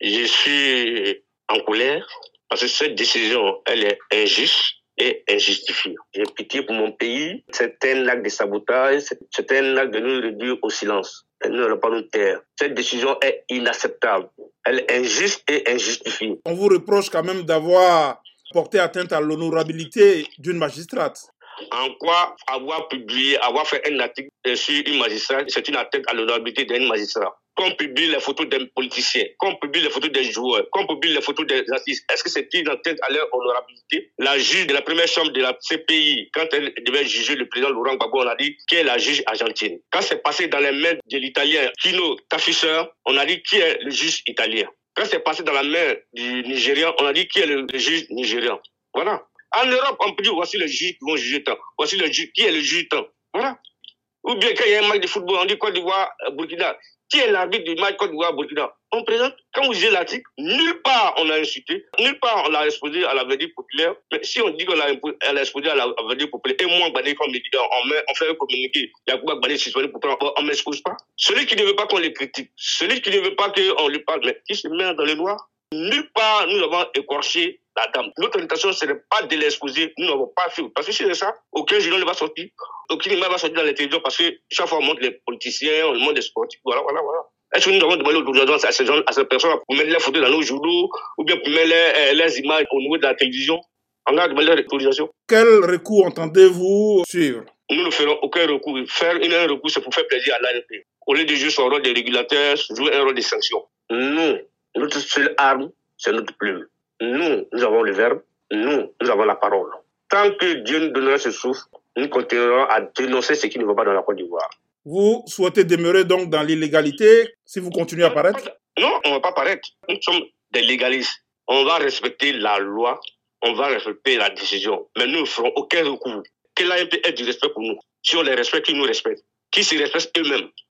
Je suis en colère parce que cette décision, elle est injuste et injustifiée. J'ai pitié pour mon pays. C'est un acte de sabotage, c'est un acte de nous réduire au silence. Et nous n'allons pas nous taire. Cette décision est inacceptable. Elle est injuste et injustifiée. On vous reproche quand même d'avoir porté atteinte à l'honorabilité d'une magistrate. En quoi avoir publié, avoir fait un article sur une magistrate, c'est une atteinte à l'honorabilité d'un magistrat. Qu'on publie les photos des politiciens, qu'on publie les photos des joueurs, qu'on publie les photos des artistes, est-ce que c'est une atteinte à leur honorabilité? La juge de la première chambre de la CPI, quand elle devait juger le président Laurent Gbagbo, on a dit qui est la juge argentine. Quand c'est passé dans les mains de l'italien Kino Tafisser, on a dit qui est le juge italien. Quand c'est passé dans la main du Nigérian, on a dit qui est le juge nigérian. Voilà. En Europe, on peut dire voici le juge qui vont juger tant. Voici le juge qui est le juge tant. Voilà. Ou bien quand il y a un match de football, on dit Côte d'Ivoire, Burkina. Qui est l'arbitre du match Côte d'Ivoire, Burkina? On présente. Quand vous lisez l'article, nulle part on l'a insulté, nulle part on l'a exposé à la verdict populaire. Mais si on dit qu'on l'a exposé à la verdict populaire, et moi, Gbadé, comme médiateur, on fait un communiqué, Yacouba Gbadé suspendu pour prendre, on ne m'expose pas. Celui qui ne veut pas qu'on les critique, celui qui ne veut pas qu'on lui parle, mais qui se met dans les noirs. Nulle part nous avons écorché la dame. Notre intention, ce n'est pas de l'exposer. Nous n'avons pas fait. Parce que si c'est ça, aucun journal ne va sortir. Aucune image va sortir dans les télévisions parce que chaque fois on montre les politiciens, on montre les sportifs. Voilà. Est-ce que nous avons demandé l'autorisation à ces personnes pour mettre les photos dans nos journaux ou bien pour mettre les images au niveau de la télévision? On a demandé l'autorisation. Quel recours entendez-vous suivre? Nous ne ferons aucun recours. Faire un recours, c'est pour faire plaisir à l'ANP. Au lieu de jouer son rôle de régulateur, jouer un rôle de sanction. Nous, notre seule arme, c'est notre plume. Nous avons le verbe. Nous avons la parole. Tant que Dieu nous donnera ce souffle, nous continuerons à dénoncer ce qui ne va pas dans la Côte d'Ivoire. Vous souhaitez demeurer donc dans l'illégalité si vous continuez à paraître? Non, on ne va pas paraître. Nous sommes des légalistes. On va respecter la loi, on va respecter la décision. Mais nous ne ferons aucun recours. Que l'ANP ait du respect pour nous. Si on les respecte, qu'ils nous respectent. Qu'ils se respectent eux-mêmes.